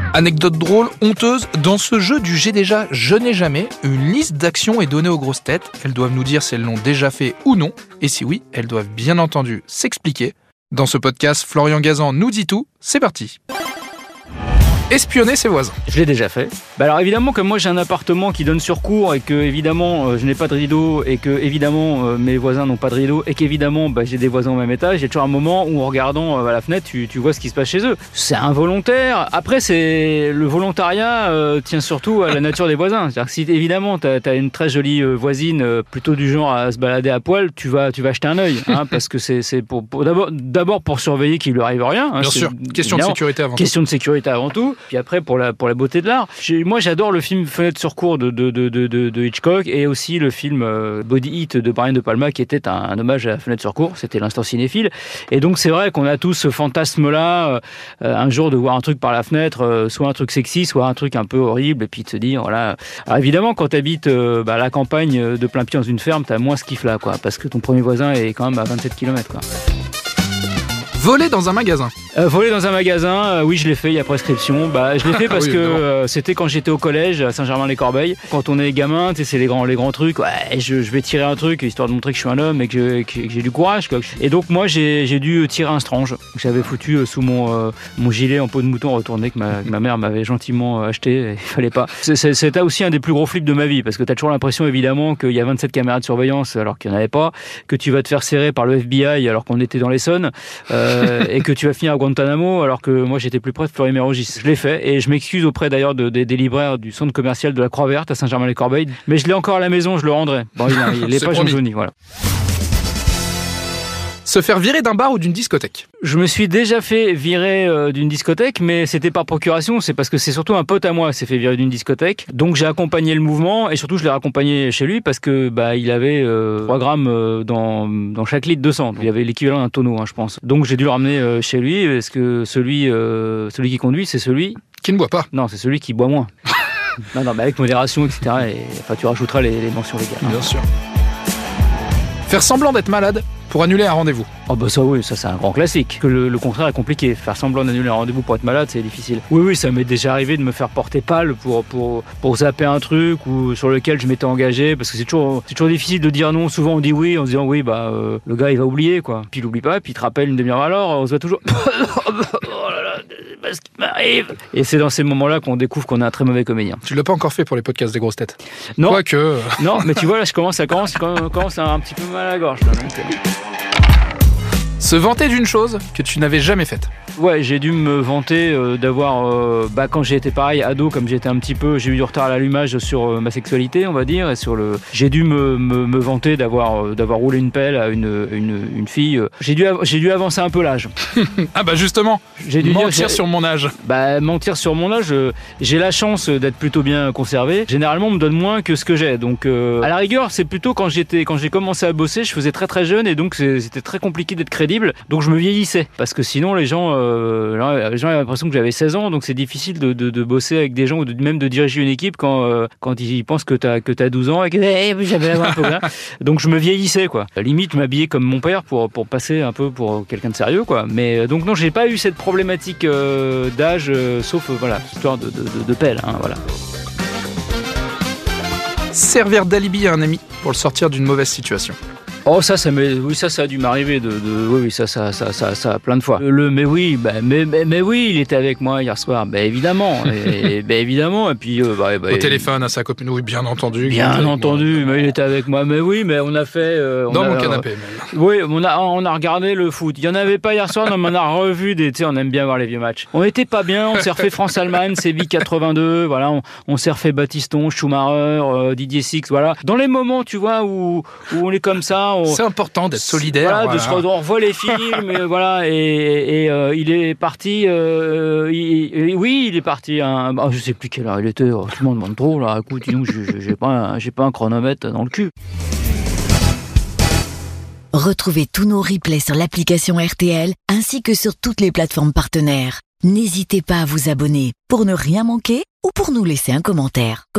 Anecdote drôle, honteuse, dans ce jeu du J'ai déjà, je n'ai jamais, une liste d'actions est donnée aux grosses têtes. Elles doivent nous dire si elles l'ont déjà fait ou non, et si oui, elles doivent bien entendu s'expliquer. Dans ce podcast, Florian Gazan nous dit tout, c'est parti. Espionner ses voisins. Je l'ai déjà fait. Alors évidemment, comme moi j'ai un appartement qui donne sur cour et que évidemment je n'ai pas de rideau et que évidemment mes voisins n'ont pas de rideau et qu'évidemment j'ai des voisins au même étage, il y a toujours un moment où en regardant à la fenêtre tu vois ce qui se passe chez eux. C'est involontaire. Après c'est le volontariat tient surtout à la nature des voisins. C'est-à-dire que si évidemment t'as une très jolie voisine plutôt du genre à se balader à poil, tu vas jeter un œil parce que c'est pour d'abord pour surveiller qu'il lui arrive rien. Bien sûr. Question de sécurité avant tout. Question de sécurité avant tout. Puis après, pour la beauté de l'art, moi j'adore le film Fenêtre sur cour de Hitchcock et aussi le film Body Heat de Brian De Palma qui était un hommage à la Fenêtre sur cour, c'était l'instant cinéphile. Et donc c'est vrai qu'on a tous ce fantasme-là, un jour de voir un truc par la fenêtre, soit un truc sexy, soit un truc un peu horrible, et puis de se dire, voilà. Alors évidemment, quand tu habites à la campagne de plein pied dans une ferme, tu as moins ce kiff-là, quoi, parce que ton premier voisin est quand même à 27 km, quoi. Voler dans un magasin. Voler dans un magasin, oui, je l'ai fait, il y a prescription. Je l'ai fait parce que c'était quand j'étais au collège à Saint-Germain-les-Corbeilles. Quand on est gamin, c'est les grands trucs. Ouais, je vais tirer un truc histoire de montrer que je suis un homme et que j'ai du courage, quoi. Et donc moi, j'ai dû tirer un strange que j'avais foutu sous mon gilet en peau de mouton retourné que ma mère m'avait gentiment acheté. Il fallait pas. C'était aussi un des plus gros flips de ma vie parce que t'as toujours l'impression évidemment qu'il y a 27 caméras de surveillance alors qu'il n'y en avait pas, que tu vas te faire serrer par le FBI alors qu'on était dans l'Essonne. Et que tu vas finir à Guantanamo alors que moi j'étais plus près de Fleury-Mérogis. Je l'ai fait et je m'excuse auprès d'ailleurs des libraires du centre commercial de la Croix-Verte à Saint-Germain-les-Corbeilles, mais je l'ai encore à la maison, je le rendrai. Bon, il est pas jauni, voilà. Se faire virer d'un bar ou d'une discothèque. Je me suis déjà fait virer d'une discothèque, mais c'était par procuration, c'est parce que c'est surtout un pote à moi qui s'est fait virer d'une discothèque. Donc j'ai accompagné le mouvement et surtout je l'ai raccompagné chez lui parce que il avait 3 grammes dans chaque litre de sang. Il avait l'équivalent d'un tonneau, je pense. Donc j'ai dû le ramener chez lui parce que celui qui conduit, c'est celui qui ne boit pas. Non, c'est celui qui boit moins. non, avec modération, etc. Et tu rajouteras les mentions légales. Bien sûr. Faire semblant d'être malade pour annuler un rendez-vous. Ça oui, ça c'est un grand classique. Que le contraire est compliqué. Faire semblant d'annuler un rendez-vous pour être malade, c'est difficile. Oui, ça m'est déjà arrivé de me faire porter pâle pour zapper un truc ou sur lequel je m'étais engagé, parce que c'est toujours difficile de dire non. Souvent on dit oui en se disant oui, le gars il va oublier, quoi. Puis il oublie pas, puis il te rappelle une demi-heure alors, on se voit toujours. Oh là là, c'est pas ce qui m'arrive. Et c'est dans ces moments-là qu'on découvre qu'on est un très mauvais comédien. Tu l'as pas encore fait pour les podcasts des grosses têtes. Non. Quoique. Non, mais tu vois là, ça commence à un petit peu mal à la gorge. Là, donc, Se vanter d'une chose que tu n'avais jamais faite. Ouais, j'ai dû me vanter d'avoir, quand j'ai été pareil, ado, comme j'étais un petit peu, j'ai eu du retard à l'allumage sur ma sexualité, on va dire, et j'ai dû me vanter d'avoir roulé une pelle à une fille. J'ai dû avancer un peu l'âge. Justement, j'ai dû mentir sur mon âge. Mentir sur mon âge, j'ai la chance d'être plutôt bien conservé. Généralement, on me donne moins que ce que j'ai. Donc, à la rigueur, c'est plutôt quand j'ai commencé à bosser, je faisais très très jeune et donc c'était très compliqué d'être crédible. Donc je me vieillissais parce que sinon les gens avaient l'impression que j'avais 16 ans, donc c'est difficile de bosser avec des gens ou même de diriger une équipe quand ils pensent que t'as 12 ans et que j'avais un peu là. Donc je me vieillissais, quoi. Limite je m'habillais comme mon père pour passer un peu pour quelqu'un de sérieux, quoi. Mais donc non, j'ai pas eu cette problématique d'âge, sauf histoire de pelle, voilà. Servir d'alibi à un ami pour le sortir d'une mauvaise situation. Oh, ça a dû m'arriver oui, ça plein de fois. Mais oui, il était avec moi hier soir, évidemment, évidemment, et puis au téléphone à sa copine, oui, bien entendu. Bien entendu, mais il était avec moi, mais oui, mais on a fait dans mon canapé même. Oui, on a regardé le foot. Il y en avait pas hier soir, mais on a revu on aime bien voir les vieux matchs. On était pas bien, on s'est refait France-Allemagne, Séville 82, voilà, on s'est refait Battiston, Schumacher, Didier Six, voilà. Dans les moments, tu vois, où on est comme ça. C'est important d'être solidaire. On revoit les films, et il est parti. Il est parti. Je sais plus quelle heure il était. Tu m'en demandes trop là. Écoute, j'ai pas un chronomètre dans le cul. Retrouvez tous nos replays sur l'application RTL ainsi que sur toutes les plateformes partenaires. N'hésitez pas à vous abonner pour ne rien manquer ou pour nous laisser un commentaire.